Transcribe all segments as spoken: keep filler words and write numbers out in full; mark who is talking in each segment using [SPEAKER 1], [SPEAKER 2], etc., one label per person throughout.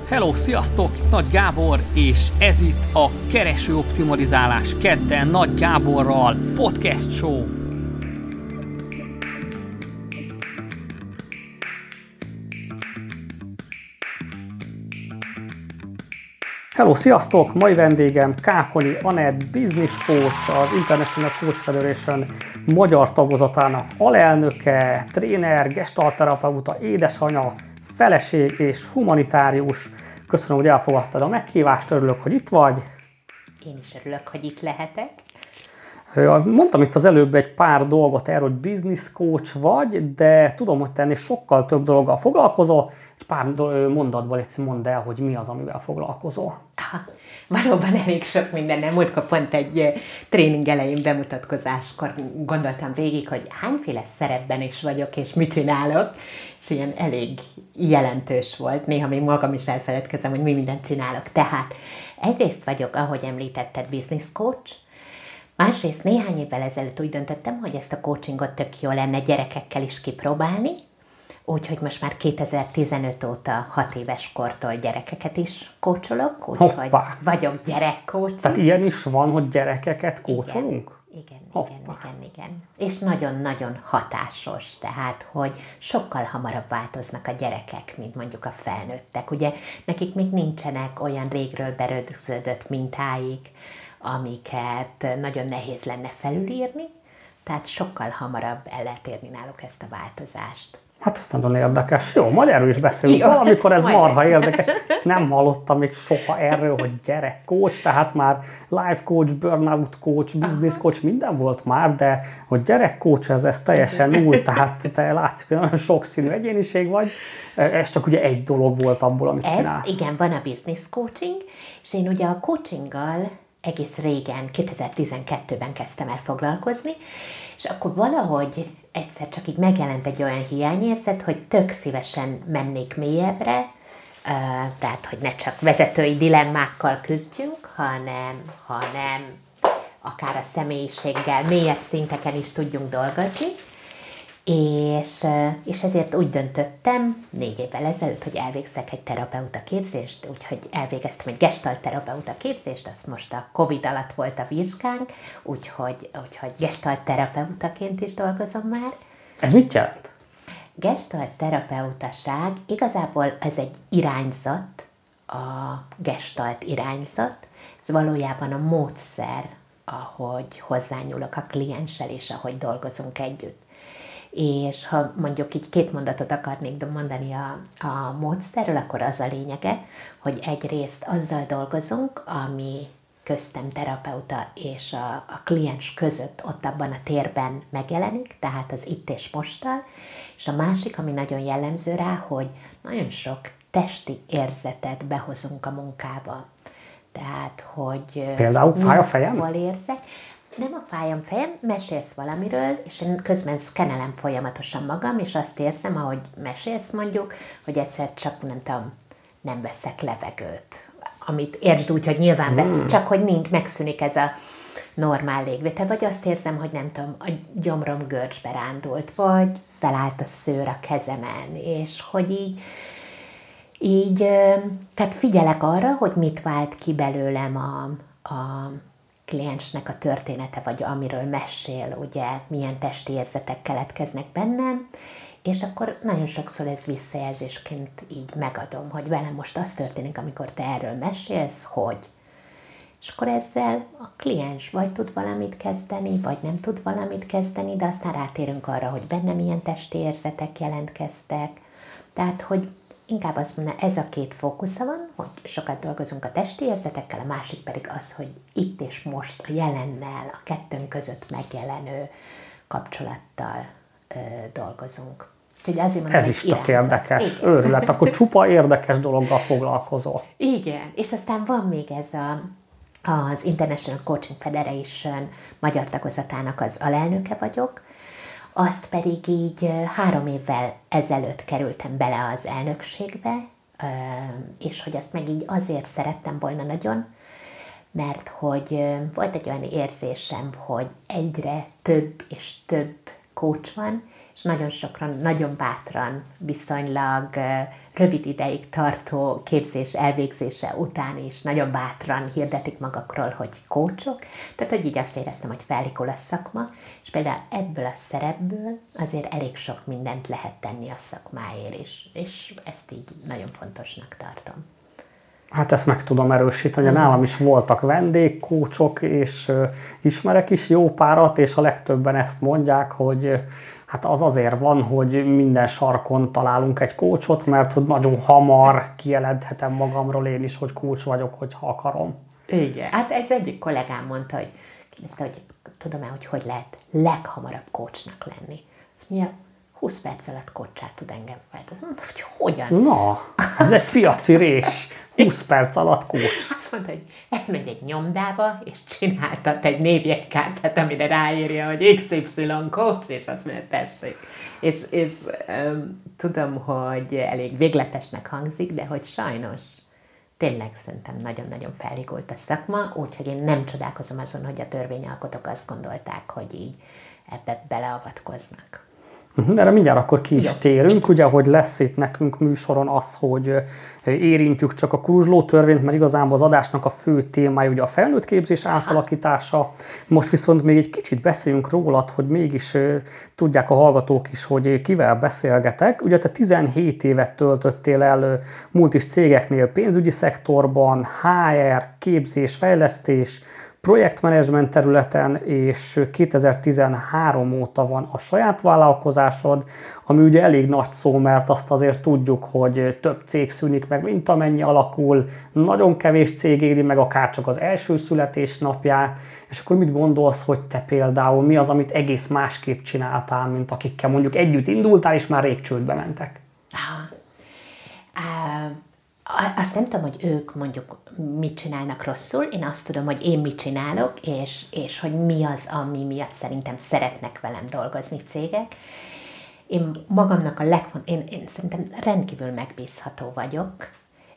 [SPEAKER 1] Hello, sziasztok! Nagy Gábor, és ez itt a Kereső Optimalizálás kedden Nagy Gáborral podcast show. Hello, sziasztok! Mai vendégem Kákonyi Anett, business coach, az International Coach Federation magyar tagozatának alelnöke, tréner, gestaltterapeuta, édesanya, feleség és humanitárius. Köszönöm, hogy elfogadtad a meghívást, örülök, hogy itt vagy.
[SPEAKER 2] Én is örülök, hogy itt lehetek.
[SPEAKER 1] Mondtam itt az előbb egy pár dolgot erről, hogy business coach vagy, de tudom, hogy te ennél sokkal több dologgal foglalkozol, és pár mondatban egyszerűen mondd el, hogy mi az, amivel foglalkozol.
[SPEAKER 2] Aha, valóban elég sok minden, nem? Múltkor pont egy tréning elején bemutatkozáskor gondoltam végig, hogy hányféle szerepben is vagyok, és mit csinálok, és ilyen elég jelentős volt. Néha még magam is elfeledkezem, hogy mi mindent csinálok. Tehát egyrészt vagyok, ahogy említetted, business coach, másrészt néhány évvel ezelőtt úgy döntöttem, hogy ezt a coachingot tök jó lenne gyerekekkel is kipróbálni, úgyhogy most már kétezer-tizenöt óta hat éves kortól gyerekeket is kócsolok, úgyhogy vagyok gyerekkócsi.
[SPEAKER 1] Tehát ilyen is van, hogy gyerekeket kócsolunk?
[SPEAKER 2] Igen, igen, igen, igen, igen. És nagyon-nagyon hatásos, tehát, hogy sokkal hamarabb változnak a gyerekek, mint mondjuk a felnőttek. Ugye nekik még nincsenek olyan régről berögződött mintáik, amiket nagyon nehéz lenne felülírni, tehát sokkal hamarabb el lehet érni náluk ezt a változást.
[SPEAKER 1] Hát ez nagyon érdekes. Jó, majd erről is beszélünk. Valamikor ez marha érdekes. Nem hallottam még soha erről, hogy gyerek coach, tehát már life coach, burnout coach, business Aha. coach, minden volt már, de hogy gyerek coach, ez, ez teljesen új, tehát te látszik, hogy nagyon sokszínű egyéniség vagy. Ez csak ugye egy dolog volt abból, amit
[SPEAKER 2] ez,
[SPEAKER 1] csinálsz.
[SPEAKER 2] Igen, van a business coaching, és én ugye a coachinggal egész régen, kétezer-tizenkettőben kezdtem el foglalkozni, és akkor valahogy egyszer csak így megjelent egy olyan hiányérzet, hogy tök szívesen mennék mélyebbre, tehát, hogy ne csak vezetői dilemmákkal küzdjünk, hanem, hanem akár a személyiséggel mélyebb szinteken is tudjunk dolgozni. És, és ezért úgy döntöttem négy évvel ezelőtt, hogy elvégzek egy terapeuta képzést, úgyhogy elvégeztem egy gestalt terapeuta képzést, azt most a Covid alatt volt a vizsgánk, úgyhogy, úgyhogy gestalt terapeutaként is dolgozom már.
[SPEAKER 1] Ez mit jelent?
[SPEAKER 2] Gestalt terapeutaság igazából ez egy irányzat, a gestalt irányzat, ez valójában a módszer, ahogy hozzányúlok a klienssel és ahogy dolgozunk együtt. És ha mondjuk így két mondatot akarnék mondani a, a módszerről, akkor az a lényege, hogy egyrészt azzal dolgozunk, ami köztem terapeuta és a, a kliens között ott abban a térben megjelenik, tehát az itt és mosttal, és a másik, ami nagyon jellemző rá, hogy nagyon sok testi érzetet behozunk a munkába. Tehát, hogy...
[SPEAKER 1] Például fáj a fejem?
[SPEAKER 2] Hol érzek. Nem a fájam fejem, mesélsz valamiről, és én közben szkenelem folyamatosan magam, és azt érzem, ahogy mesélsz mondjuk, hogy egyszer csak nem tudom, nem veszek levegőt. Amit értsd úgy, hogy nyilván vesz, mm. csak hogy nincs, megszűnik ez a normál légvétel, vagy azt érzem, hogy nem tudom, a gyomrom görcsbe rándult, vagy felállt a szőr a kezemen, és hogy így, így tehát figyelek arra, hogy mit vált ki belőlem a, a kliensnek a története, vagy amiről mesél, ugye milyen testi érzetek keletkeznek bennem, és akkor nagyon sokszor ez visszajelzésként így megadom, hogy velem most az történik, amikor te erről mesélsz, hogy. És akkor ezzel a kliens vagy tud valamit kezdeni, vagy nem tud valamit kezdeni, de aztán rátérünk arra, hogy bennem ilyen testi érzetek jelentkeztek. Tehát, hogy inkább azt mondom, ez a két fókusza van, hogy sokat dolgozunk a testi érzetekkel, a másik pedig az, hogy itt és most a jelennel, a kettőnk között megjelenő kapcsolattal ö, dolgozunk. Úgyhogy azért mondom,
[SPEAKER 1] ez is tök érdekes. Őrület, akkor csupa érdekes dologgal foglalkozol.
[SPEAKER 2] Igen, és aztán van még ez a, az International Coaching Federation magyar tagozatának az alelnöke vagyok, azt pedig így három évvel ezelőtt kerültem bele az elnökségbe, és hogy azt meg így azért szerettem volna nagyon, mert hogy volt egy olyan érzésem, hogy egyre több és több coach van, és nagyon sokran, nagyon bátran, viszonylag rövid ideig tartó képzés elvégzése után is nagyon bátran hirdetik magakról, hogy coachok. Tehát, hogy így azt éreztem, hogy fellikul a szakma, és például ebből a szerepből azért elég sok mindent lehet tenni a szakmáért is, és ezt így nagyon fontosnak tartom.
[SPEAKER 1] Hát ezt meg tudom erősíteni, hogy nálam is voltak vendégkócsok, és uh, ismerek is jó párat, és a legtöbben ezt mondják, hogy uh, hát az azért van, hogy minden sarkon találunk egy kócsot, mert hogy nagyon hamar kijelenthetem magamról én is, hogy kócs vagyok, hogyha akarom.
[SPEAKER 2] Igen, hát ez egyik kollégám mondta, hogy kérdezte, hogy tudom-e, hogy hogy lehet leghamarabb kócsnak lenni. Azt mondja, húsz perc alatt kócsát tud engem változni. Hogy hogyan?
[SPEAKER 1] Na, ez egy piaci rés. húsz perc alatt kócs.
[SPEAKER 2] Azt mondta, hogy elmegy egy nyomdába, és csináltat egy névjegykártyát, amire ráírja, hogy iksz ipszilon coach, és azt mondja, tessék. És, és um, tudom, hogy elég végletesnek hangzik, de hogy sajnos tényleg szerintem nagyon-nagyon felhigult a szakma, úgyhogy én nem csodálkozom azon, hogy a törvényalkotók azt gondolták, hogy így ebbe beleavatkoznak.
[SPEAKER 1] Erre mindjárt akkor ki is
[SPEAKER 2] Jó.
[SPEAKER 1] térünk, ugye, hogy lesz itt nekünk műsoron az, hogy érintjük csak a kuruzsló törvényt, mert igazából az adásnak a fő témája ugye a felnőtt képzés átalakítása. Most viszont még egy kicsit beszéljünk rólad, hogy mégis tudják a hallgatók is, hogy kivel beszélgetek. Ugye te tizenhét évet töltöttél el multis cégeknél, pénzügyi szektorban, há er, képzés, fejlesztés, projektmenedzsment területen, és kétezer-tizenhárom óta van a saját vállalkozásod, ami ugye elég nagy szó, mert azt azért tudjuk, hogy több cég szűnik meg, mint amennyi alakul, nagyon kevés cég éli meg akár csak az első születésnapját, és akkor mit gondolsz, hogy te például mi az, amit egész másképp csináltál, mint akikkel mondjuk együtt indultál, és már rég csődbe mentek?
[SPEAKER 2] Aha. Uh... Azt nem tudom, hogy ők mondjuk mit csinálnak rosszul, én azt tudom, hogy én mit csinálok, és, és hogy mi az, ami miatt szerintem szeretnek velem dolgozni cégek. Én magamnak a legfont, én, én szerintem rendkívül megbízható vagyok,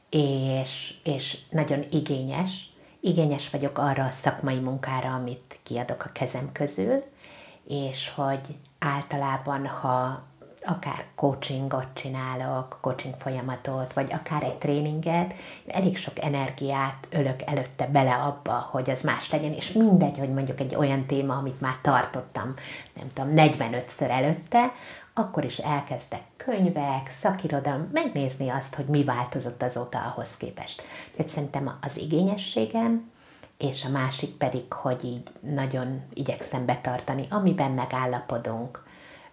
[SPEAKER 2] és, és nagyon igényes. Igényes vagyok arra a szakmai munkára, amit kiadok a kezem közül, és hogy általában, ha akár coachingot csinálok, coaching folyamatot, vagy akár egy tréninget, elég sok energiát ölök előtte bele abba, hogy az más legyen, és mindegy, hogy mondjuk egy olyan téma, amit már tartottam, nem tudom, negyvenötször előtte, akkor is elkezdek könyvek, szakirodalom, megnézni azt, hogy mi változott azóta ahhoz képest. Úgyhogy szerintem az igényességem, és a másik pedig, hogy így nagyon igyekszem betartani, amiben megállapodunk,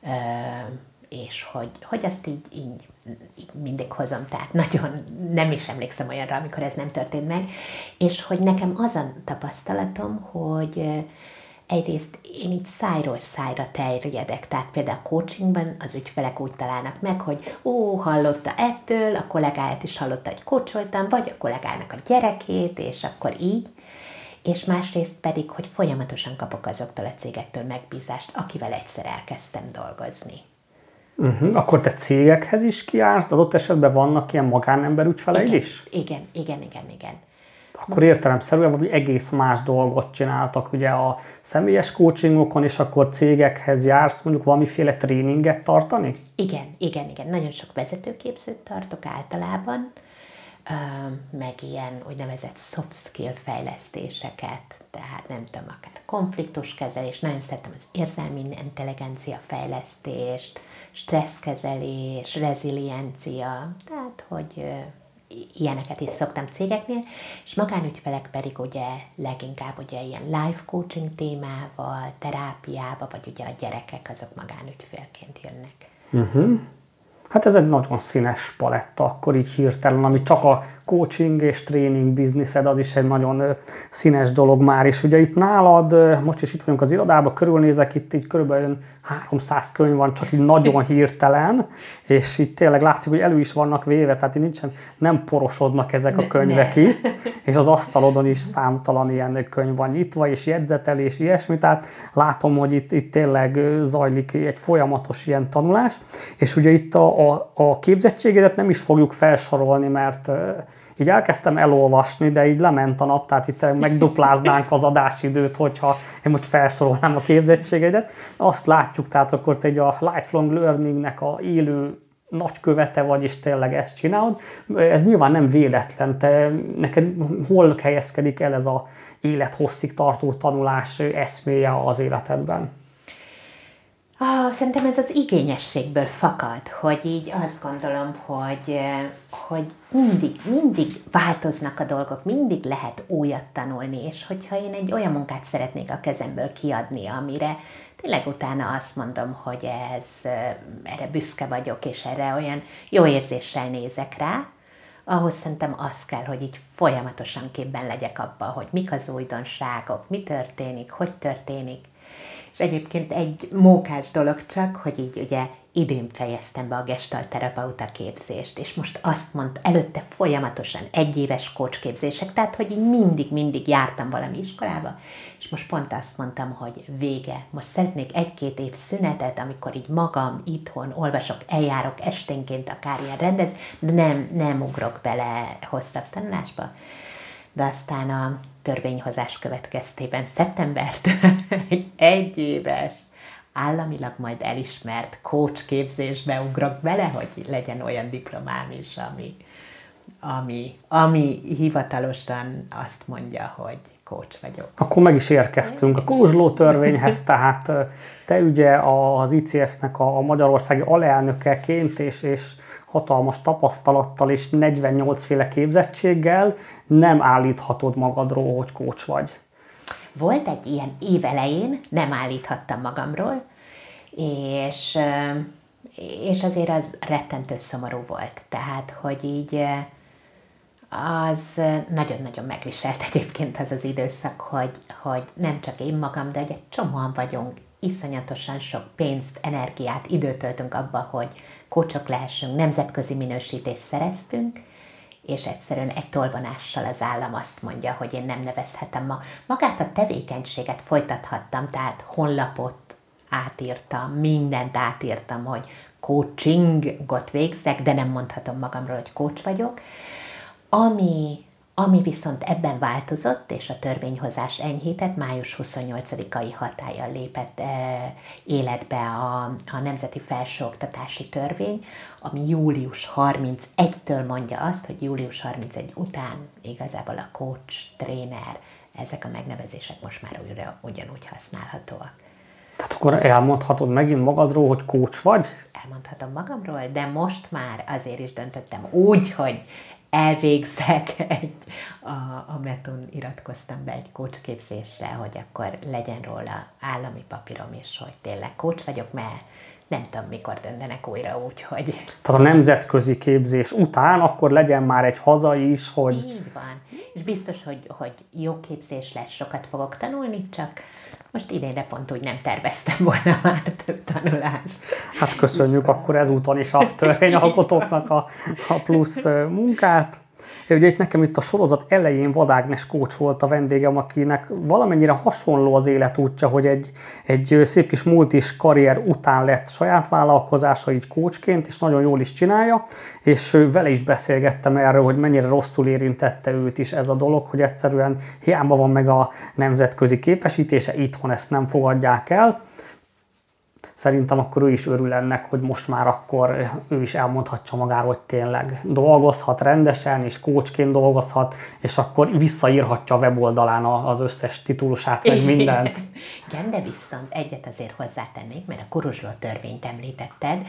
[SPEAKER 2] és hogy, hogy azt így, így, így mindig hozom, tehát nagyon nem is emlékszem olyanra, amikor ez nem történt meg, és hogy nekem az a tapasztalatom, hogy egyrészt én így szájról szájra terjedek, tehát például a coachingban az ügyfelek úgy találnak meg, hogy ó, hallotta ettől, a kollégáját is hallotta, hogy coacholtam, vagy a kollégának a gyerekét, és akkor így, és másrészt pedig, hogy folyamatosan kapok azoktól a cégektől megbízást, akivel egyszer elkezdtem dolgozni.
[SPEAKER 1] Uh-huh. Akkor te cégekhez is kiállsz, adott esetben vannak ilyen magánember ügyfeleid
[SPEAKER 2] igen,
[SPEAKER 1] is?
[SPEAKER 2] Igen, igen, igen, igen.
[SPEAKER 1] Akkor értelemszerűen valami egész más dolgot csináltak ugye a személyes coachingokon, és akkor cégekhez jársz mondjuk valamiféle tréninget tartani?
[SPEAKER 2] Igen, igen, igen. Nagyon sok vezetőképzőt tartok általában, meg ilyen úgynevezett soft skill fejlesztéseket, tehát nem tudom, akár konfliktuskezelés, nagyon szeretem az érzelmi intelligencia fejlesztést, stresszkezelés, reziliencia, tehát hogy ilyeneket is szoktam cégeknél, és magánügyfelek pedig ugye leginkább ugye ilyen life coaching témával, terápiával, vagy ugye a gyerekek azok magánügyfélként jönnek.
[SPEAKER 1] Uh-huh. Hát ez egy nagyon színes paletta, akkor így hirtelen, ami csak a coaching és tréning bizniszed, az is egy nagyon színes dolog már. És ugye itt nálad, most is itt vagyunk az irodában, körülnézek, itt így körülbelül háromszáz könyv van, csak így nagyon hirtelen, és itt tényleg látszik, hogy elő is vannak véve, tehát így nincsen, nem porosodnak ezek a könyvek ne, itt, és az asztalodon is számtalan ilyen könyv van nyitva, és jegyzetelés, ilyesmi, tehát látom, hogy itt, itt tényleg zajlik egy folyamatos ilyen tanulás, és ugye itt a a, a képzettségedet nem is fogjuk felsorolni, mert így elkezdtem elolvasni, de így lement a nap, tehát itt megdupláznánk az adásidőt, hogyha én most felsorolnám a képzettségedet. Azt látjuk, tehát akkor te egy a lifelong learningnek a élő nagykövete vagy, és tényleg ezt csinálod. Ez nyilván nem véletlen. Te, neked hol helyezkedik el ez az élethosszig tartó tanulás eszméje az életedben?
[SPEAKER 2] Ah, szerintem ez az igényességből fakad, hogy így azt gondolom, hogy, hogy mindig, mindig változnak a dolgok, mindig lehet újat tanulni, és hogyha én egy olyan munkát szeretnék a kezemből kiadni, amire tényleg utána azt mondom, hogy ez, erre büszke vagyok, és erre olyan jó érzéssel nézek rá, ahhoz szerintem az kell, hogy így folyamatosan képben legyek abban, hogy mik az újdonságok, mi történik, hogy történik. És egyébként egy mókás dolog csak, hogy így ugye idén fejeztem be a gestalt terapeuta képzést, és most azt mondta, előtte folyamatosan egyéves coach képzések, tehát hogy így mindig-mindig jártam valami iskolába, és most pont azt mondtam, hogy vége. Most szeretnék egy-két év szünetet, amikor így magam itthon olvasok, eljárok esténként akár ilyen rendez, de nem, nem ugrok bele hosszabb tanulásba. De aztán a törvényhozás következtében szeptembertől egy egyéves, államilag majd elismert coach képzésbe ugrok bele, hogy legyen olyan diplomám is, ami, ami, ami hivatalosan azt mondja, hogy coach vagyok.
[SPEAKER 1] Akkor meg is érkeztünk a Kolozsló törvényhez, tehát te ugye az i cé ef-nek a magyarországi alelnökeként és, és hatalmas tapasztalattal és negyvennyolc féle képzettséggel nem állíthatod magadról, hogy coach vagy.
[SPEAKER 2] Volt egy ilyen év elején, nem állíthattam magamról, és, és azért az rettentő szomorú volt. Tehát, hogy így az nagyon-nagyon megviselt egyébként az az időszak, hogy, hogy nem csak én magam, de egy csomóan vagyunk, iszonyatosan sok pénzt, energiát, időt töltünk abba, hogy coachok lehessünk, nemzetközi minősítést szereztünk, és egyszerűen egy tolvonással az állam azt mondja, hogy én nem nevezhetem ma. Magát a tevékenységet folytathattam, tehát honlapot átírtam, mindent átírtam, hogy coachingot végzek, de nem mondhatom magamról, hogy coach vagyok. Ami, ami viszont ebben változott, és a törvényhozás enyhített, május huszonnyolcadikai hatállyal lépett e, életbe a, a Nemzeti Felsőoktatási Törvény, ami július harmincegyedikétől mondja azt, hogy július harmincegy után igazából a coach, tréner, ezek a megnevezések most már újra ugyanúgy használhatóak.
[SPEAKER 1] Tehát akkor elmondhatod megint magadról, hogy coach vagy?
[SPEAKER 2] Elmondhatom magamról, de most már azért is döntöttem úgy, hogy elvégzek egy, a, a Metón iratkoztam be egy coach képzésre, hogy akkor legyen róla állami papírom is, hogy tényleg coach vagyok, mert nem tudom, mikor döntenek újra úgy, hogy...
[SPEAKER 1] Tehát a nemzetközi képzés után akkor legyen már egy hazai is, hogy...
[SPEAKER 2] Így van. És biztos, hogy, hogy jó képzés lesz, sokat fogok tanulni, csak most idénre pont úgy nem terveztem volna már több tanulást.
[SPEAKER 1] Hát köszönjük akkor ezúton is a törvényalkotóknak a, a plusz munkát. Ugye itt nekem itt a sorozat elején Vad Ágnes coach volt a vendégem, akinek valamennyire hasonló az életútja, hogy egy, egy szép kis multis karrier után lett saját vállalkozása így coachként, és nagyon jól is csinálja, és vele is beszélgettem erről, hogy mennyire rosszul érintette őt is ez a dolog, hogy egyszerűen hiába van meg a nemzetközi képesítése, itthon ezt nem fogadják el. Szerintem akkor ő is örül ennek, hogy most már akkor ő is elmondhatja magáról, hogy tényleg dolgozhat rendesen, és coachként dolgozhat, és akkor visszaírhatja a weboldalán az összes titulusát, meg mindent.
[SPEAKER 2] Igen, de viszont egyet azért hozzátennék, mert a Kolozsló törvényt említetted,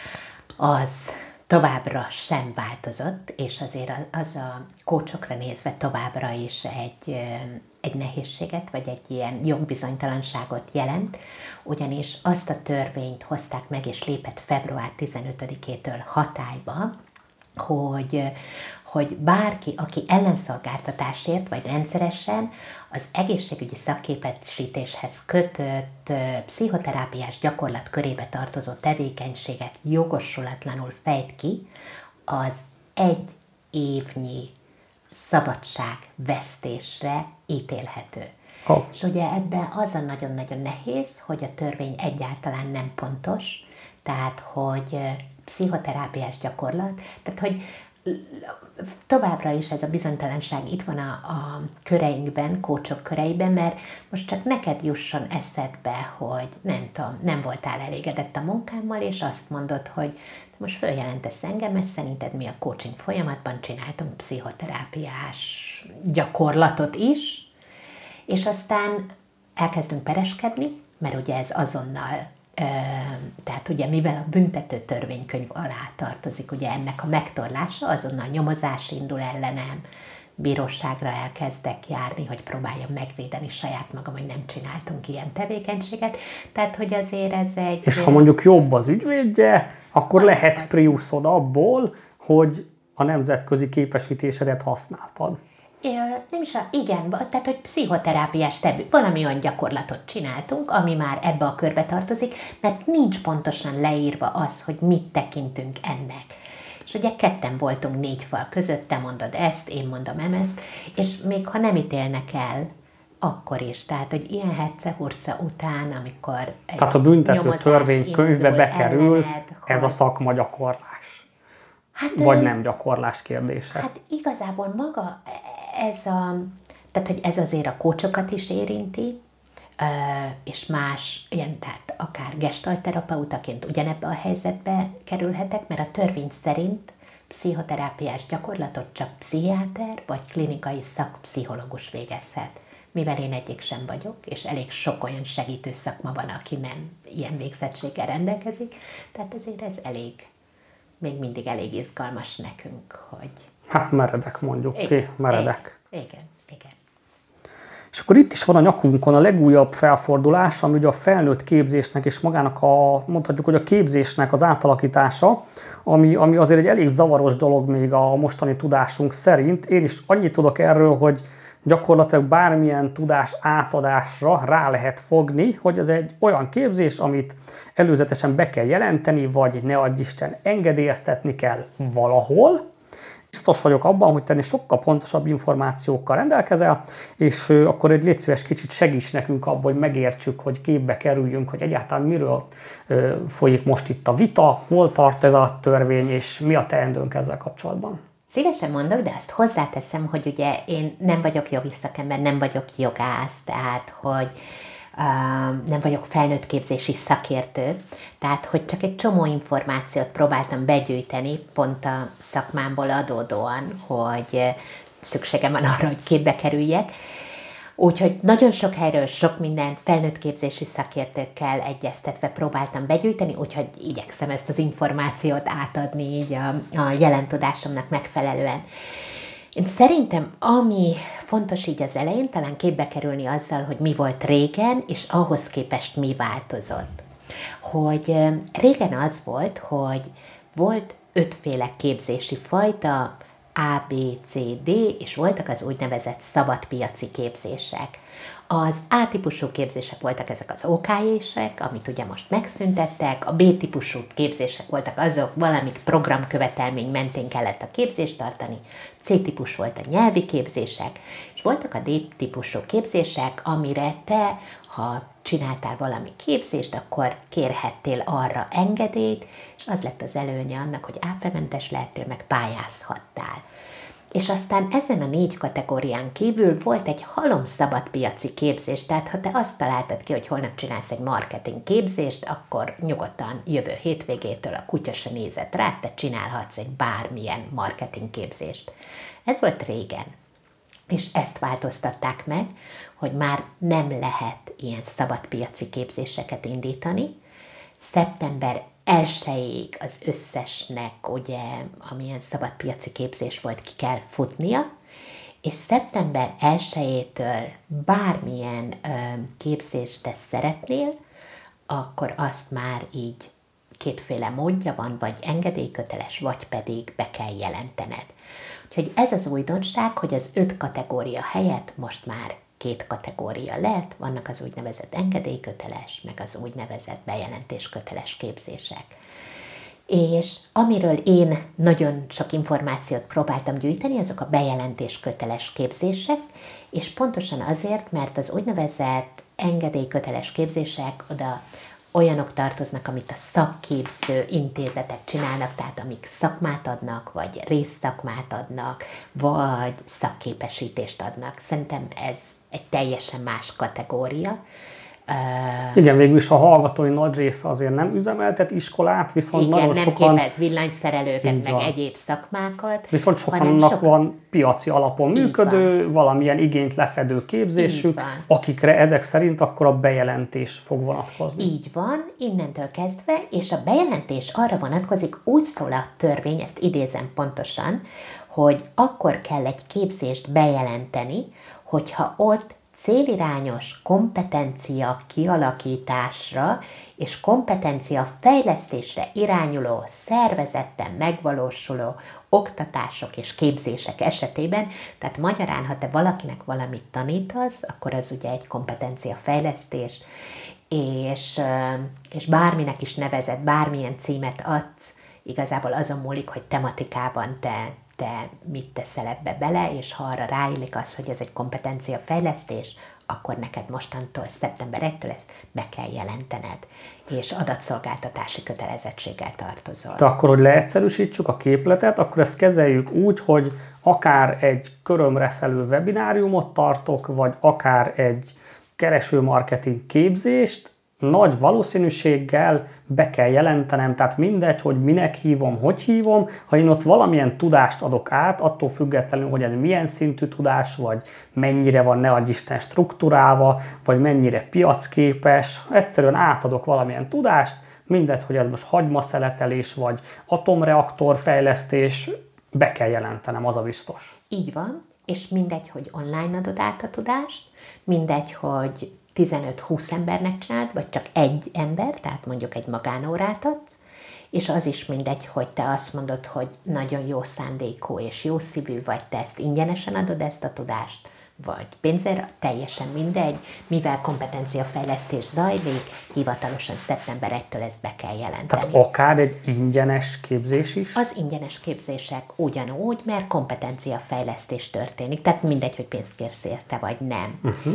[SPEAKER 2] az továbbra sem változott, és azért az a coachokra nézve továbbra is egy, egy nehézséget, vagy egy ilyen jogbizonytalanságot jelent, ugyanis azt a törvényt hozták meg, és lépett február tizenötödikétől hatályba, hogy, hogy bárki, aki ellenszolgáltatásért, vagy rendszeresen az egészségügyi szakképesítéshez kötött pszichoterápiás gyakorlat körébe tartozó tevékenységet jogosulatlanul fejt ki, az egy évnyi szabadságvesztésre ítélhető.
[SPEAKER 1] Oh.
[SPEAKER 2] És ugye ebben az a nagyon-nagyon nehéz, hogy a törvény egyáltalán nem pontos, tehát hogy pszichoterápiás gyakorlat, tehát hogy továbbra is ez a bizonytalanság itt van a, a köreinkben, coachok köreiben, mert most csak neked jusson eszedbe, hogy nem tudom, nem voltál elégedett a munkámmal, és azt mondod, hogy most följelentesz engem, mert szerinted mi a coaching folyamatban csináltunk pszichoterápiás gyakorlatot is, és aztán elkezdünk pereskedni, mert ugye ez azonnal, tehát ugye mivel a büntető törvénykönyv alá tartozik, ugye ennek a megtorlása, azonnal nyomozás indul ellenem, bíróságra elkezdek járni, hogy próbáljam megvédeni saját magam, hogy nem csináltunk ilyen tevékenységet. Tehát, hogy azért ez egy...
[SPEAKER 1] És ha mondjuk jobb az ügyvédje, akkor lehet priuszod abból, hogy a nemzetközi képesítésedet használtad.
[SPEAKER 2] Nem is a, igen, tehát, hogy pszichoterápiás terv, valami olyan gyakorlatot csináltunk, ami már ebbe a körbe tartozik, mert nincs pontosan leírva az, hogy mit tekintünk ennek. És ugye ketten voltunk négy fal között, te mondod ezt, én mondom ezt, és még ha nem ítélnek el, akkor is. Tehát, hogy ilyen hetce-hurca után, amikor...
[SPEAKER 1] Tehát a büntető törvénykönyvbe bekerül ellened, ez hogy... a szakma gyakorlás. Hát, vagy nem gyakorlás kérdése.
[SPEAKER 2] Hát igazából maga ez a... Tehát, hogy ez azért a coachokat is érinti, és más, ilyen, tehát akár gestaltterapeutaként ugyanebbe a helyzetbe kerülhetek, mert a törvény szerint pszichoterápiás gyakorlatot csak pszichiáter vagy klinikai szakpszichológus végezhet. Mivel én egyik sem vagyok, és elég sok olyan segítő szakma van, aki nem ilyen végzettséggel rendelkezik, tehát ezért ez elég, még mindig elég izgalmas nekünk, hogy...
[SPEAKER 1] Hát meredek mondjuk igen, ki, meredek.
[SPEAKER 2] Igen, igen, igen.
[SPEAKER 1] És akkor itt is van a nyakunkon a legújabb felfordulás, ami ugye a felnőtt képzésnek és magának a, mondhatjuk, hogy a képzésnek az átalakítása, ami, ami azért egy elég zavaros dolog még a mostani tudásunk szerint. Én is annyit tudok erről, hogy gyakorlatilag bármilyen tudás átadásra rá lehet fogni, hogy ez egy olyan képzés, amit előzetesen be kell jelenteni, vagy ne adj Isten engedélyeztetni kell valahol. Biztos vagyok abban, hogy tenni sokkal pontosabb információkkal rendelkezel, és akkor egy légy szíves kicsit segíts nekünk abban, hogy megértsük, hogy képbe kerüljünk, hogy egyáltalán miről folyik most itt a vita, hol tart ez a törvény, és mi a teendőnk ezzel kapcsolatban.
[SPEAKER 2] Szívesen mondok, de azt hozzáteszem, hogy ugye én nem vagyok jogi szakember, nem vagyok jogász, tehát hogy uh, nem vagyok felnőtt képzési szakértő, tehát hogy csak egy csomó információt próbáltam begyűjteni, pont a szakmámból adódóan, hogy szükségem van arra, hogy képbe kerüljek. Úgyhogy nagyon sok helyről, sok mindent felnőtt képzési szakértőkkel egyeztetve próbáltam begyűjteni, úgyhogy igyekszem ezt az információt átadni így a, a jelen tudásomnak megfelelően. Én szerintem, ami fontos így az elején, talán képbe kerülni azzal, hogy mi volt régen, és ahhoz képest mi változott. Hogy régen az volt, hogy volt ötféle képzési fajta, A, B, C, D, és voltak az úgynevezett szabadpiaci képzések. Az A-típusú képzések voltak ezek az ó ká jé-sek, amit ugye most megszüntettek, a B-típusú képzések voltak azok, valamik programkövetelmény mentén kellett a képzést tartani, C-típus volt a nyelvi képzések, és voltak a D-típusú képzések, amire te, ha csináltál valami képzést, akkor kérhettél arra engedélyt, és az lett az előnye annak, hogy áfamentes lehettél, meg pályázhattál. És aztán ezen a négy kategórián kívül volt egy halom szabadpiaci képzés, tehát ha te azt találtad ki, hogy holnap csinálsz egy marketing képzést, akkor nyugodtan jövő hétvégétől a kutya se nézett rá, te csinálhatsz egy bármilyen marketing képzést. Ez volt régen. És ezt változtatták meg, hogy már nem lehet ilyen szabadpiaci képzéseket indítani. Szeptember elsejéig az összesnek, ugye, amilyen szabadpiaci képzés volt, ki kell futnia, és szeptember elsejétől bármilyen ö, képzést te szeretnél, akkor azt már így kétféle módja van, vagy engedélyköteles, vagy pedig be kell jelentened. Úgyhogy ez az újdonság, hogy az öt kategória helyett most már két kategória lehet, vannak az úgynevezett engedélyköteles, meg az úgynevezett bejelentésköteles képzések. És amiről én nagyon sok információt próbáltam gyűjteni, azok a bejelentésköteles képzések, és pontosan azért, mert az úgynevezett engedélyköteles képzések oda olyanok tartoznak, amit a szakképző intézetek csinálnak, tehát amik szakmát adnak, vagy részszakmát adnak, vagy szakképesítést adnak. Szerintem ez egy teljesen más kategória.
[SPEAKER 1] Igen, végül is a hallgatói nagy része azért nem üzemeltet iskolát, viszont
[SPEAKER 2] igen,
[SPEAKER 1] nagyon
[SPEAKER 2] nem
[SPEAKER 1] sokan...
[SPEAKER 2] képez villanyszerelőket, meg egyéb szakmákat.
[SPEAKER 1] Viszont sokannak sok... van piaci alapon működő, van. valamilyen igényt lefedő képzésük, akikre ezek szerint akkor a bejelentés fog vonatkozni.
[SPEAKER 2] Így van, innentől kezdve, és a bejelentés arra vonatkozik, úgy szól a törvény, ezt idézem pontosan, hogy akkor kell egy képzést bejelenteni, hogyha ott célirányos kompetencia kialakításra és kompetencia fejlesztésre irányuló, szervezetten megvalósuló oktatások és képzések esetében, tehát magyarán, ha te valakinek valamit tanítasz, akkor az ugye egy kompetencia fejlesztés, és, és bárminek is nevezed, bármilyen címet adsz, igazából azon múlik, hogy tematikában te te mit teszel ebbe bele, és ha arra ráillik az, hogy ez egy kompetenciafejlesztés, akkor neked mostantól, szeptember elsejétől ezt be kell jelentened, és adatszolgáltatási kötelezettséggel tartozol.
[SPEAKER 1] De akkor, hogy leegyszerűsítsük a képletet, akkor ezt kezeljük úgy, hogy akár egy körömreszelő webináriumot tartok, vagy akár egy keresőmarketing képzést, nagy valószínűséggel be kell jelentenem, tehát mindegy, hogy minek hívom, hogy hívom, ha én ott valamilyen tudást adok át, attól függetlenül, hogy ez milyen szintű tudás, vagy mennyire van ne adj Isten struktúrálva, vagy mennyire piacképes, egyszerűen átadok valamilyen tudást, mindegy, hogy ez most hagymaszeletelés, vagy atomreaktorfejlesztés, be kell jelentenem, az a biztos.
[SPEAKER 2] Így van, és mindegy, hogy online adod át a tudást, mindegy, hogy tizenöt-húsz embernek csináld, vagy csak egy ember, tehát mondjuk egy magánórát adsz, és az is mindegy, hogy te azt mondod, hogy nagyon jó szándékú és jó szívű vagy, te ezt ingyenesen adod ezt a tudást, vagy pénzért, teljesen mindegy, mivel kompetenciafejlesztés zajlik, hivatalosan szeptember elsejétől ezt be kell jelenteni.
[SPEAKER 1] Tehát akár egy ingyenes képzés is?
[SPEAKER 2] Az ingyenes képzések ugyanúgy, mert kompetenciafejlesztés történik, tehát mindegy, hogy pénzt kérsz érte, vagy nem. Uh-huh.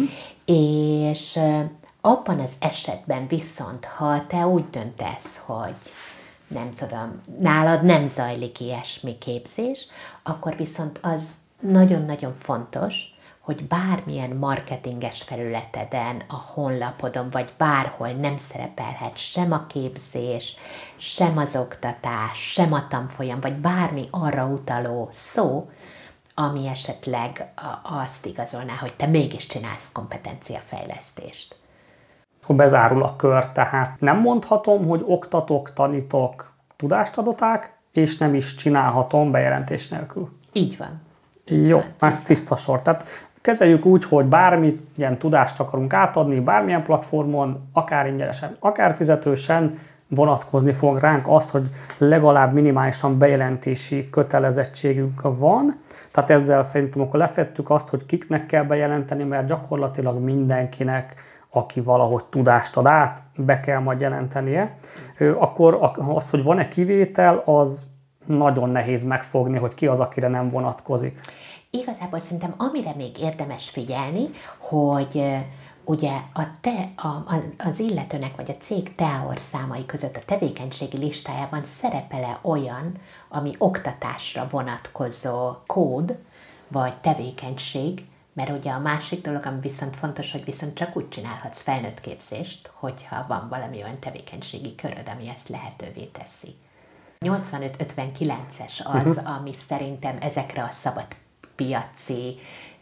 [SPEAKER 2] És abban az esetben viszont, ha te úgy döntesz, hogy nem tudom, nálad nem zajlik ilyesmi képzés, akkor viszont az nagyon-nagyon fontos, hogy bármilyen marketinges felületeden, a honlapodon, vagy bárhol nem szerepelhet sem a képzés, sem az oktatás, sem a tanfolyam, vagy bármi arra utaló szó, ami esetleg azt igazolná, hogy te mégis csinálsz kompetenciafejlesztést.
[SPEAKER 1] Ha bezárul a kör, tehát nem mondhatom, hogy oktatok, tanítok, tudást adoták, és nem is csinálhatom bejelentés nélkül.
[SPEAKER 2] Így van.
[SPEAKER 1] Jó, ez tiszta sor. Tehát kezeljük úgy, hogy bármit, ilyen tudást akarunk átadni, bármilyen platformon, akár ingyenesen, akár fizetősen, vonatkozni fog ránk az, hogy legalább minimálisan bejelentési kötelezettségünk van. Tehát ezzel szerintem akkor lefettük azt, hogy kiknek kell bejelenteni, mert gyakorlatilag mindenkinek, aki valahogy tudást ad át, be kell majd jelentenie. Akkor az, hogy van-e kivétel, az nagyon nehéz megfogni, hogy ki az, akire nem vonatkozik.
[SPEAKER 2] Igazából szerintem amire még érdemes figyelni, hogy ugye a te, a, az illetőnek vagy a cég teaor számai között a tevékenységi listájában szerepel-e olyan, ami oktatásra vonatkozó kód vagy tevékenység, mert ugye a másik dolog, ami viszont fontos, hogy viszont csak úgy csinálhatsz felnőtt képzést, hogyha van valami olyan tevékenységi köröd, ami ezt lehetővé teszi. nyolcvanöt ötvenkilences az, uh-huh. ami szerintem ezekre a szabad piaci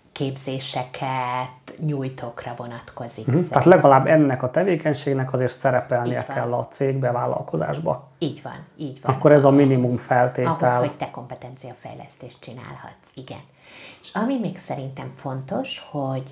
[SPEAKER 2] képzéseket nyújtókra vonatkozik.
[SPEAKER 1] Uh-huh. Tehát legalább ennek a tevékenységnek azért szerepelnie kell a cégbe, vállalkozásba.
[SPEAKER 2] Így van, így van.
[SPEAKER 1] Akkor ez a minimum feltétel.
[SPEAKER 2] Ahhoz, hogy te kompetenciafejlesztést csinálhatsz, igen. És ami még szerintem fontos, hogy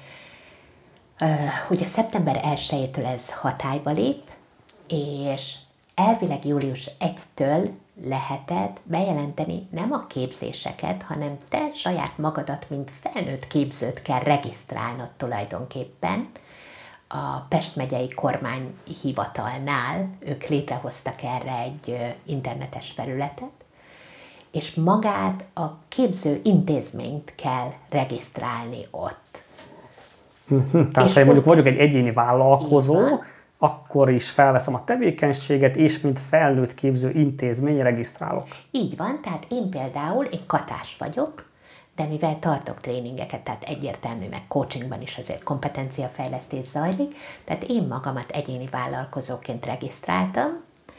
[SPEAKER 2] uh, ugye szeptember elsejétől ez hatályba lép, és elvileg július elsejétől leheted bejelenteni nem a képzéseket, hanem te saját magadat, mint felnőtt képzőt kell regisztrálnod tulajdonképpen. A Pest megyei kormányhivatalnál ők létrehoztak erre egy internetes felületet, és magát a képző intézményt kell regisztrálni ott.
[SPEAKER 1] Uh-huh. Tehát, ha mondjuk vagyok egy egyéni vállalkozó, akkor is felveszem a tevékenységet, és mint felnőtt képző intézmény regisztrálok.
[SPEAKER 2] Így van, tehát én például, én katás vagyok, de mivel tartok tréningeket, tehát egyértelmű, meg coachingban is azért kompetenciafejlesztés zajlik, tehát én magamat egyéni vállalkozóként regisztráltam.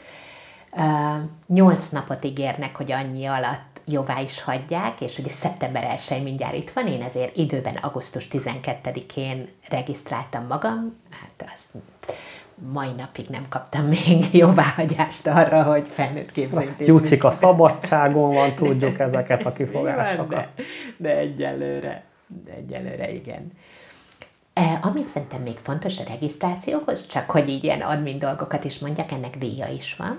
[SPEAKER 2] Nyolc napot ígérnek, hogy annyi alatt jóvá is hagyják, és ugye szeptember elsején mindjárt itt van, én ezért időben augusztus tizenkettedikén regisztráltam magam, hát azt mai napig nem kaptam még jóváhagyást arra, hogy felnőtt képzőintézmény.
[SPEAKER 1] Jucik a szabadságon van, tudjuk ezeket a kifogásokat.
[SPEAKER 2] De, de egyelőre, de egyelőre igen. E, amit szerintem még fontos a regisztrációhoz, csak hogy így ilyen admin dolgokat is mondjak, ennek díja is van,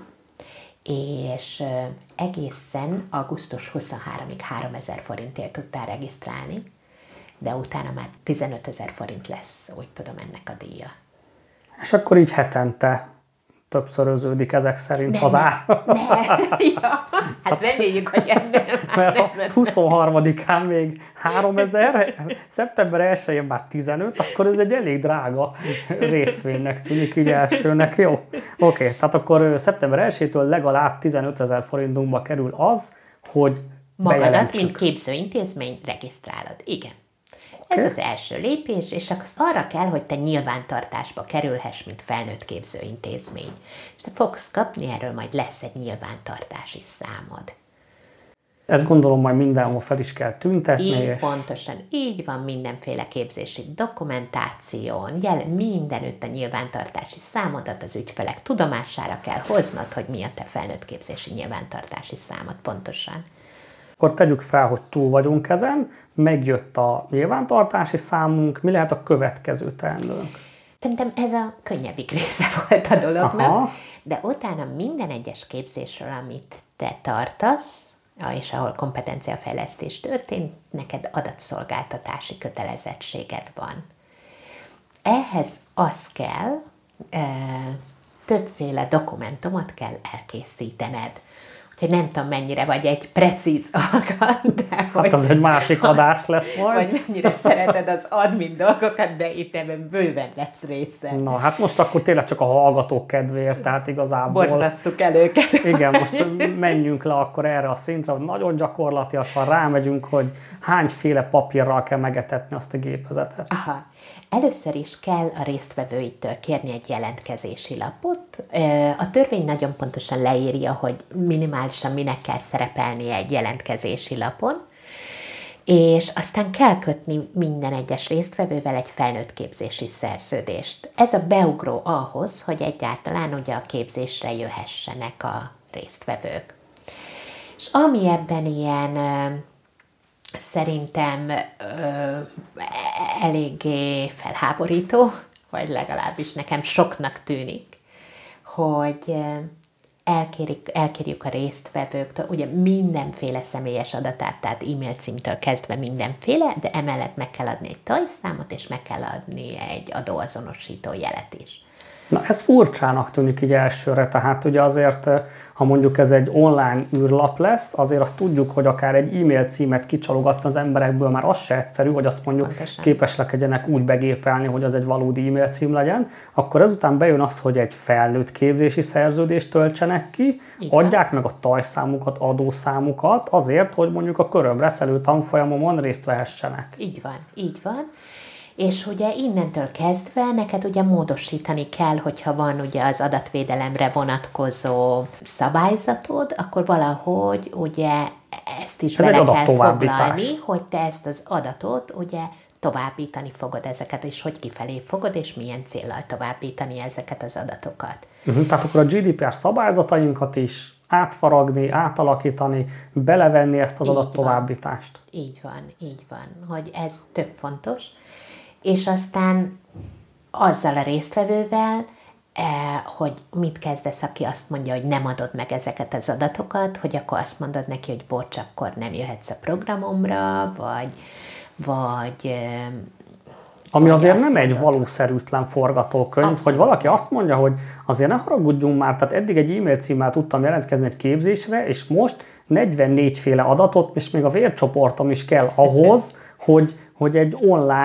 [SPEAKER 2] és egészen augusztus huszonharmadikáig háromezer forintért tudtál regisztrálni, de utána már tizenötezer forint lesz, úgy tudom, ennek a díja.
[SPEAKER 1] És akkor így hetente többszöröződik ezek szerint
[SPEAKER 2] nem,
[SPEAKER 1] az ár.
[SPEAKER 2] Nem, ja, hát reméljük, hogy ennél
[SPEAKER 1] már nem Mert huszonharmadikán még háromezer, szeptember elsején már tizenöt, akkor ez egy elég drága részvénynek tűnik így elsőnek. Jó, oké, okay, tehát akkor szeptember elsejétől legalább tizenötezer forintunkba kerül az, hogy
[SPEAKER 2] magadat, mint képzőintézmény regisztrálod. Igen. Ez az első lépés, és akkor arra kell, hogy te nyilvántartásba kerülhess, mint felnőtt képzőintézmény. És te fogsz kapni, erről majd lesz egy nyilvántartási számod.
[SPEAKER 1] Ezt gondolom majd mindenhol fel is kell tüntetni.
[SPEAKER 2] Így
[SPEAKER 1] és...
[SPEAKER 2] pontosan, így van mindenféle képzési dokumentáción, jelen mindenütt a nyilvántartási számodat az ügyfelek tudomására kell hoznod, hogy mi a te felnőtt képzési nyilvántartási számod pontosan.
[SPEAKER 1] Akkor tegyük fel, hogy túl vagyunk ezen, megjött a nyilvántartási számunk, mi lehet a következő teendőnk?
[SPEAKER 2] Szerintem ez a könnyebbik része volt a dolognak, aha, de utána minden egyes képzésről, amit te tartasz, és ahol kompetenciafejlesztés történt, neked adatszolgáltatási kötelezettséged van. Ehhez az kell, többféle dokumentumot kell elkészítened. Úgyhogy nem tudom, mennyire vagy egy precíz alkat, de
[SPEAKER 1] hát
[SPEAKER 2] hogy,
[SPEAKER 1] az egy másik adás lesz majd.
[SPEAKER 2] Vagy mennyire szereted az admin dolgokat, de itt ebben bőven lesz része.
[SPEAKER 1] Na, hát most akkor tényleg csak a hallgatók kedvéért, tehát igazából...
[SPEAKER 2] Borzasztuk el őket.
[SPEAKER 1] Igen, most menjünk le akkor erre a szintre, hogy nagyon gyakorlatilag rámegyünk, hogy hányféle papírral kell megetetni azt a gépezetet.
[SPEAKER 2] Aha. Először is kell a résztvevőitől kérni egy jelentkezési lapot. A törvény nagyon pontosan leírja, hogy minimálisan minek kell szerepelnie egy jelentkezési lapon, és aztán kell kötni minden egyes résztvevővel egy felnőtt képzési szerződést. Ez a beugró ahhoz, hogy egyáltalán ugye a képzésre jöhessenek a résztvevők. És ami ebben ilyen... szerintem ö, eléggé felháborító, vagy legalábbis nekem soknak tűnik, hogy elkérik, elkérjük a résztvevőktől, ugye mindenféle személyes adatát, tehát e-mail címtől kezdve mindenféle, de emellett meg kell adni egy tajszámot, és meg kell adni egy adóazonosító jelet is.
[SPEAKER 1] Na, ez furcsának tűnik így elsőre, tehát ugye azért, ha mondjuk ez egy online űrlap lesz, azért azt tudjuk, hogy akár egy e-mail címet kicsalogatni az emberekből már az se egyszerű, hogy azt mondjuk pontosan képesek legyenek úgy begépelni, hogy az egy valódi e-mail cím legyen, akkor ezután bejön az, hogy egy felnőtt képzési szerződést töltsenek ki, így adják van meg a tajszámukat, adószámukat azért, hogy mondjuk a körömreszelő tanfolyamon részt vehessenek.
[SPEAKER 2] Így van, így van. És ugye innentől kezdve neked ugye módosítani kell, hogyha van ugye az adatvédelemre vonatkozó szabályzatod, akkor valahogy ugye ezt is Ez bele kell foglalni, hogy te ezt az adatot ugye továbbítani fogod ezeket, és hogy kifelé fogod, és milyen céllal továbbítani ezeket az adatokat.
[SPEAKER 1] Uh-huh, tehát akkor a gé dé pé er szabályzatainkat is átfaragni, átalakítani, belevenni ezt az adattovábbítást.
[SPEAKER 2] Így van, így van, hogy ez több fontos. És aztán azzal a résztvevővel, hogy mit kezdesz, aki azt mondja, hogy nem adod meg ezeket az adatokat, hogy akkor azt mondod neki, hogy bocs, akkor nem jöhetsz a programomra, vagy... vagy
[SPEAKER 1] Ami azért nem egy valószerűtlen forgatókönyv, abszolút, hogy valaki azt mondja, hogy azért ne haragudjunk már, tehát eddig egy e-mail címmel tudtam jelentkezni egy képzésre, és most negyvennégy féle adatot, és még a vércsoportom is kell ahhoz, hogy, hogy egy online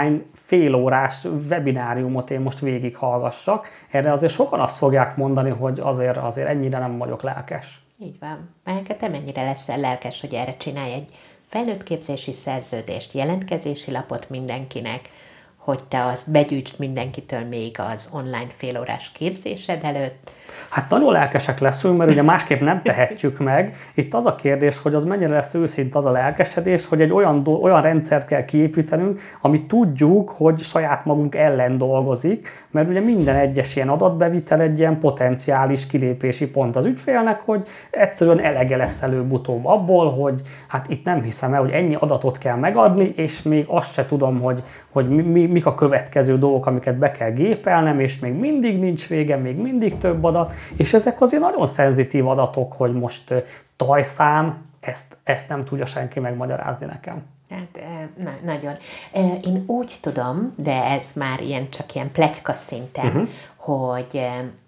[SPEAKER 1] félórás webináriumot én most végighallgassak. Erre azért sokan azt fogják mondani, hogy azért, azért ennyire nem vagyok lelkes.
[SPEAKER 2] Így van. Mert te mennyire leszel lelkes, hogy erre csinálj egy felnőttképzési szerződést, jelentkezési lapot mindenkinek, hogy te azt begyűjtsd mindenkitől még az online félórás képzésed előtt.
[SPEAKER 1] Hát nagyon lelkesek leszünk, mert ugye másképp nem tehetjük meg. Itt az a kérdés, hogy az mennyire lesz őszinte az a lelkesedés, hogy egy olyan, olyan rendszert kell kiépítenünk, amit tudjuk, hogy saját magunk ellen dolgozik, mert ugye minden egyes ilyen adatbevitel egy ilyen potenciális kilépési pont az ügyfélnek, hogy egyszerűen elege lesz előbb-utóbb abból, hogy hát itt nem hiszem el, hogy ennyi adatot kell megadni, és még azt se tudom, hogy, hogy mi, mi, mik a következő dolgok, amiket be kell gépelnem, és még mindig nincs vége, még mindig több adat, és ezek azért nagyon szenzitív adatok, hogy most tajszám, ezt, ezt nem tudja senki megmagyarázni nekem.
[SPEAKER 2] Hát na, nagyon. Én úgy tudom, de ez már ilyen, csak ilyen pletyka szinten, uh-huh. hogy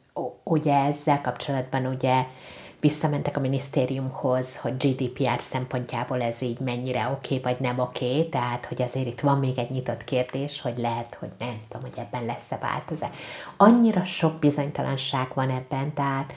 [SPEAKER 2] ugye ezzel kapcsolatban ugye visszamentek a minisztériumhoz, hogy gé dé pé er szempontjából ez így mennyire oké, okay, vagy nem oké, okay, tehát hogy azért itt van még egy nyitott kérdés, hogy lehet, hogy nem tudom, hogy ebben lesz-e változás. Annyira sok bizonytalanság van ebben, tehát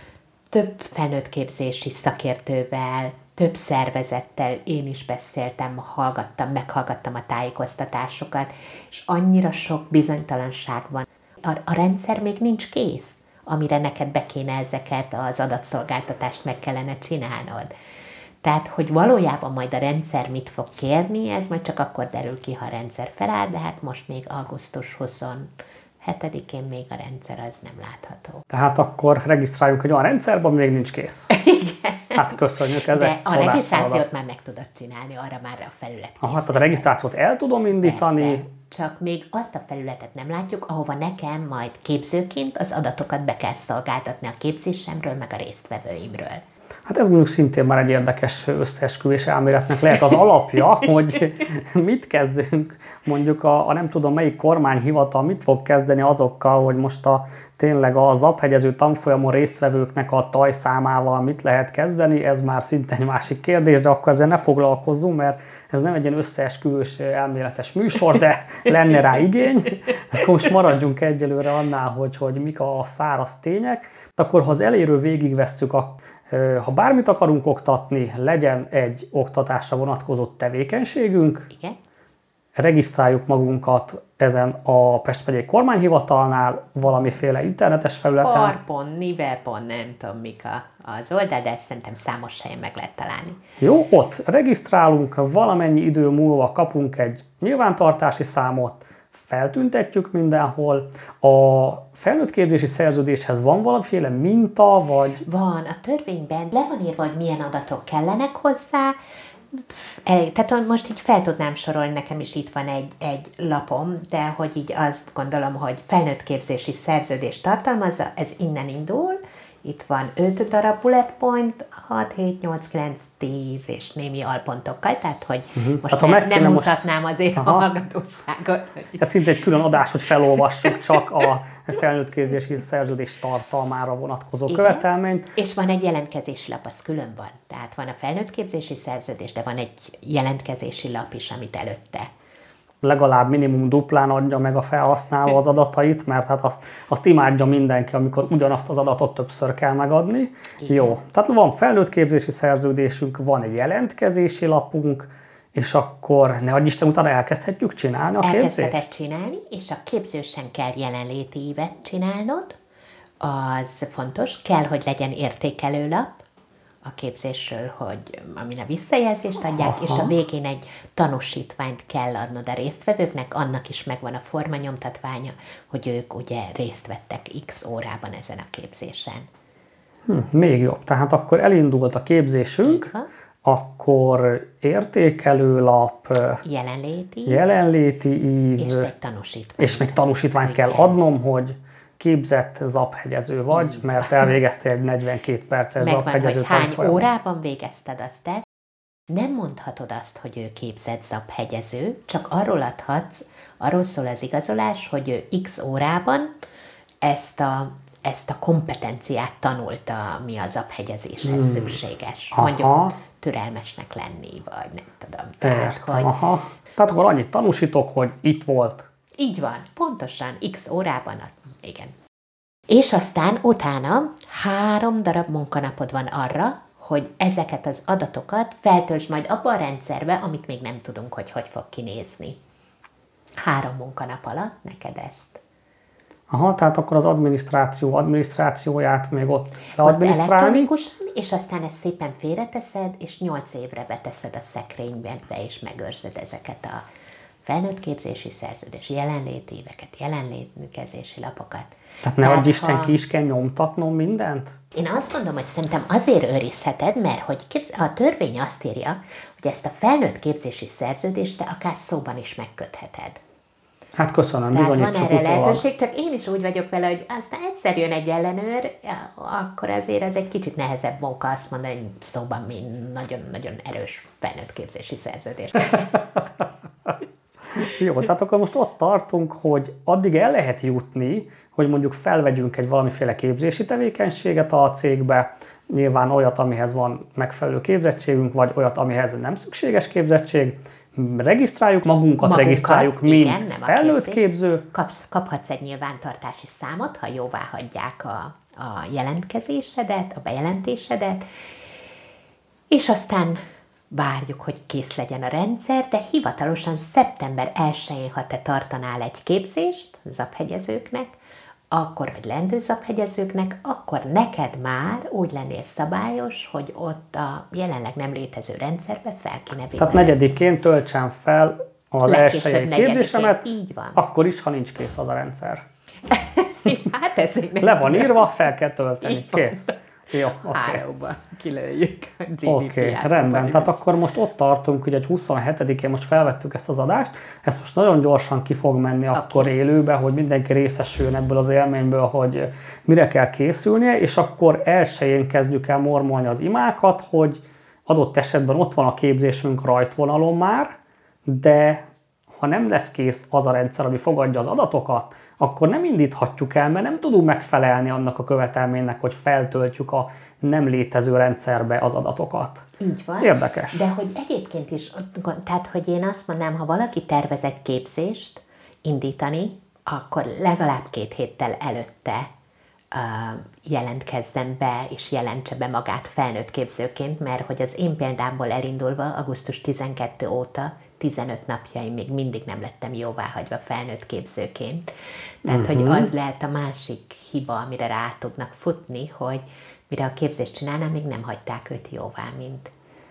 [SPEAKER 2] több felnőttképzési szakértővel, több szervezettel én is beszéltem, hallgattam, meghallgattam a tájékoztatásokat, és annyira sok bizonytalanság van. A, a rendszer még nincs kész, amire neked be kéne ezeket az adatszolgáltatást meg kellene csinálnod. Tehát, hogy valójában majd a rendszer mit fog kérni, ez majd csak akkor derül ki, ha a rendszer feláll, de hát most még augusztus huszonhetedikén még a rendszer az nem látható.
[SPEAKER 1] Tehát akkor regisztráljunk egy olyan rendszerbe, ami még nincs kész.
[SPEAKER 2] Igen.
[SPEAKER 1] Hát köszönjük, ez
[SPEAKER 2] de
[SPEAKER 1] egy
[SPEAKER 2] a regisztrációt feladat. Már meg tudod csinálni, arra már a felület.
[SPEAKER 1] Aha, hát a regisztrációt el tudom indítani.
[SPEAKER 2] Persze. Csak még azt a felületet nem látjuk, ahova nekem majd képzőként az adatokat be kell szolgáltatni a képzésemről, meg a résztvevőimről.
[SPEAKER 1] Hát ez mondjuk szintén már egy érdekes összeesküvés elméletnek lehet az alapja, hogy mit kezdünk, mondjuk a, a nem tudom melyik kormányhivatal mit fog kezdeni azokkal, hogy most a, tényleg a zaphegyező tanfolyamon résztvevőknek a tajszámával mit lehet kezdeni, ez már szinte egy másik kérdés, de akkor ezzel ne foglalkozzunk, mert ez nem egy ilyen összeesküvős elméletes műsor, de lenne rá igény. Akkor most maradjunk egyelőre annál, hogy, hogy mik a száraz tények. Akkor ha az elérő végigvesszük, a, ha bármit akarunk oktatni, legyen egy oktatásra vonatkozó tevékenységünk,
[SPEAKER 2] igen.
[SPEAKER 1] Regisztráljuk magunkat ezen a Pest megyei kormányhivatalnál, valamiféle internetes felületen.
[SPEAKER 2] Parpon, Nivelpon, nem tudom mik a, az oldal, de ezt szerintem számos helyen meg lehet találni.
[SPEAKER 1] Jó, ott regisztrálunk, valamennyi idő múlva kapunk egy nyilvántartási számot, feltüntetjük mindenhol. A felnőttképzési szerződéshez van valamiféle minta, vagy...
[SPEAKER 2] Van, a törvényben le van írva, hogy milyen adatok kellenek hozzá. Elég, tehát most így fel tudnám sorolni, nekem is itt van egy, egy lapom, de hogy így azt gondolom, hogy felnőttképzési szerződés tartalmazza, ez innen indul. Itt van öt darab bullet point, hat, hét, nyolc, kilenc, tíz és némi alpontokkal, tehát hogy uh-huh. most hát, ne, nem mutatnám most... azért Aha. a hallgatóságot.
[SPEAKER 1] Ez szinte egy külön adás, hogy felolvassuk csak a felnőttképzési szerződés tartalmára vonatkozó Igen. követelményt.
[SPEAKER 2] És van egy jelentkezési lap, az külön van. Tehát van a felnőttképzési szerződés, de van egy jelentkezési lap is, amit előtte.
[SPEAKER 1] Legalább minimum duplán adja meg a felhasználó az adatait, mert hát azt, azt imádja mindenki, amikor ugyanazt az adatot többször kell megadni. Igen. Jó, tehát van felnőttképzési szerződésünk, van egy jelentkezési lapunk, és akkor ne adj Isten, utána elkezdhetjük csinálni a képzést?
[SPEAKER 2] Elkezdheted csinálni, és a képzősen kell jelenléti évet csinálnod, az fontos, kell, hogy legyen értékelőlap, a képzésről, hogy amin a visszajelzést adják, Aha. és a végén egy tanúsítványt kell adnod a résztvevőknek, annak is megvan a formanyomtatványa, hogy ők ugye részt vettek x órában ezen a képzésen.
[SPEAKER 1] Hm, még jobb. Tehát akkor elindult a képzésünk, akkor értékelőlap,
[SPEAKER 2] jelenléti,
[SPEAKER 1] jelenléti ív,
[SPEAKER 2] és egy tanúsítvány.
[SPEAKER 1] És még tanúsítványt kell adnom, hogy képzett zaphegyező vagy, így mert elvégeztél egy negyvenkét perces
[SPEAKER 2] Megvan,
[SPEAKER 1] zaphegyező
[SPEAKER 2] hogy hány
[SPEAKER 1] tanfolyamot.
[SPEAKER 2] órában végezted azt el. Nem mondhatod azt, hogy ő képzett zaphegyező, csak arról adhatsz, arról szól az igazolás, hogy ő x órában ezt a, ezt a kompetenciát tanulta, ami a zaphegyezéshez hmm. szükséges.
[SPEAKER 1] Aha.
[SPEAKER 2] Mondjuk türelmesnek lenni, vagy nem tudom.
[SPEAKER 1] Tehát, hogy... Aha. Tehát akkor annyit tanúsítok, hogy itt volt
[SPEAKER 2] Így van, pontosan, x órában, igen. És aztán utána három darab munkanapod van arra, hogy ezeket az adatokat feltöltsd majd abba a rendszerbe, amit még nem tudunk, hogy hogy fog kinézni. Három munkanap alatt neked ezt.
[SPEAKER 1] Aha, tehát akkor az adminisztráció adminisztrációját még ott
[SPEAKER 2] leadminisztrálni. Elektronikusan, és aztán ezt szépen félreteszed, és nyolc évre beteszed a szekrénybe, és megőrzöd ezeket a felnőttképzési szerződés, jelenléti éveket, jelenlétkezési lapokat.
[SPEAKER 1] Tehát ne adj Isten, ki is kell nyomtatnom mindent?
[SPEAKER 2] Én azt gondolom, hogy szerintem azért őrizheted, mert hogy a törvény azt írja, hogy ezt a felnőttképzési szerződést te akár szóban is megkötheted.
[SPEAKER 1] Hát köszönöm, bizonyítsuk
[SPEAKER 2] utólag. Tehát van erre lehetőség, csak én is úgy vagyok vele, hogy aztán egyszer jön egy ellenőr, akkor azért ez egy kicsit nehezebb munka azt mondani, hogy szóban mi nagyon-nagyon erős felnőttképzési szerződés.
[SPEAKER 1] Jó, tehát akkor most ott tartunk, hogy addig el lehet jutni, hogy mondjuk felvegyünk egy valamiféle képzési tevékenységet a cégbe, nyilván olyat, amihez van megfelelő képzettségünk, vagy olyat, amihez nem szükséges képzettség, regisztráljuk, magunkat, magunkat regisztráljuk, mint igen, felnőtt képző.
[SPEAKER 2] Kapsz, kaphatsz egy nyilvántartási számot, ha jóvá hagyják a, a jelentkezésedet, a bejelentésedet, és aztán várjuk, hogy kész legyen a rendszer, de hivatalosan szeptember elsején, ha te tartanál egy képzést zaphegyezőknek, akkor, vagy lendő zaphegyezőknek, akkor neked már úgy lennél szabályos, hogy ott a jelenleg nem létező rendszerbe fel kéne vinni.
[SPEAKER 1] Tehát negyedikén töltsem fel az elsőjei képzésemet, így van. Akkor is, ha nincs kész az a rendszer.
[SPEAKER 2] Hát ez
[SPEAKER 1] Le van írva, fel kell tölteni, kész. Jó, oké.
[SPEAKER 2] Háromban kilőjük a gé dé pé er.
[SPEAKER 1] Oké, okay, rendben. Tehát akkor most ott tartunk, hogy egy huszonhetedikén most felvettük ezt az adást, ezt most nagyon gyorsan ki fog menni okay. akkor élőbe, hogy mindenki részesüljön ebből az élményből, hogy mire kell készülnie, és akkor elsőjén kezdjük el mormolni az imákat, hogy adott esetben ott van a képzésünk rajtvonalon már, de ha nem lesz kész az a rendszer, ami fogadja az adatokat, akkor nem indíthatjuk el, mert nem tudunk megfelelni annak a követelménynek, hogy feltöltjük a nem létező rendszerbe az adatokat.
[SPEAKER 2] Így van.
[SPEAKER 1] Érdekes.
[SPEAKER 2] De hogy egyébként is, tehát hogy én azt mondanám, ha valaki tervez egy képzést indítani, akkor legalább két héttel előtte uh, jelentkezzen be, és jelentse be magát felnőtt képzőként, mert hogy az én példámból elindulva augusztus tizenkettő óta tizenöt napjaim még mindig nem lettem jóváhagyva felnőtt képzőként. Tehát, uh-huh. hogy az lehet a másik hiba, amire rá tudnak futni, hogy mire a képzést csinálnám, még nem hagyták őt jóvá, mint.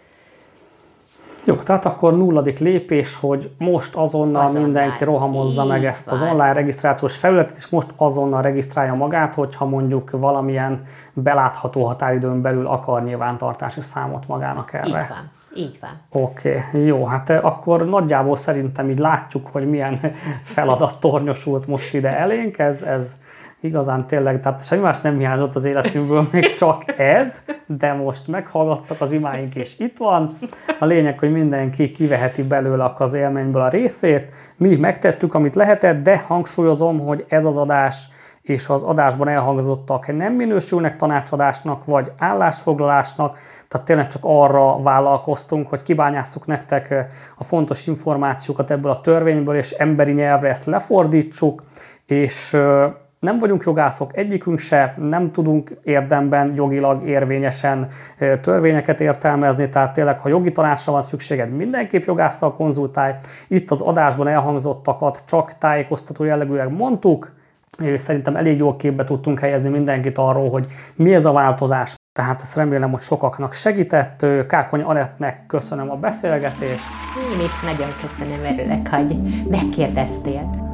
[SPEAKER 1] Jó, tehát akkor nulladik lépés, hogy most azonnal, azonnal mindenki rohamozza meg ezt van. Az online regisztrációs felületet, és most azonnal regisztrálja magát, hogyha mondjuk valamilyen belátható határidőn belül akar nyilvántartási számot magának erre.
[SPEAKER 2] Így van, így van.
[SPEAKER 1] Oké, okay, jó, hát akkor nagyjából szerintem így látjuk, hogy milyen feladat tornyosult most ide elénk, ez, ez igazán tényleg, tehát semmi más nem hiányzott az életünkből, még csak ez, de most meghallgattak az imáink, és itt van. A lényeg, hogy mindenki kiveheti belőle az élményből a részét. Mi megtettük, amit lehetett, de hangsúlyozom, hogy ez az adás és az adásban elhangzottak nem minősülnek tanácsadásnak, vagy állásfoglalásnak, tehát tényleg csak arra vállalkoztunk, hogy kibányásszuk nektek a fontos információkat ebből a törvényből, és emberi nyelvre ezt lefordítsuk, és nem vagyunk jogászok, egyikünk se, nem tudunk érdemben jogilag érvényesen törvényeket értelmezni, tehát tényleg, ha jogi tanácsra van szükséged, mindenképp jogásszal konzultálj. Itt az adásban elhangzottakat csak tájékoztató jellegűleg mondtuk, és szerintem elég jól képbe tudtunk helyezni mindenkit arról, hogy mi ez a változás. Tehát ezt remélem, hogy sokaknak segített. Kákony Anettnek köszönöm a beszélgetést.
[SPEAKER 2] Én is nagyon köszönöm, örülök, hogy megkérdeztél.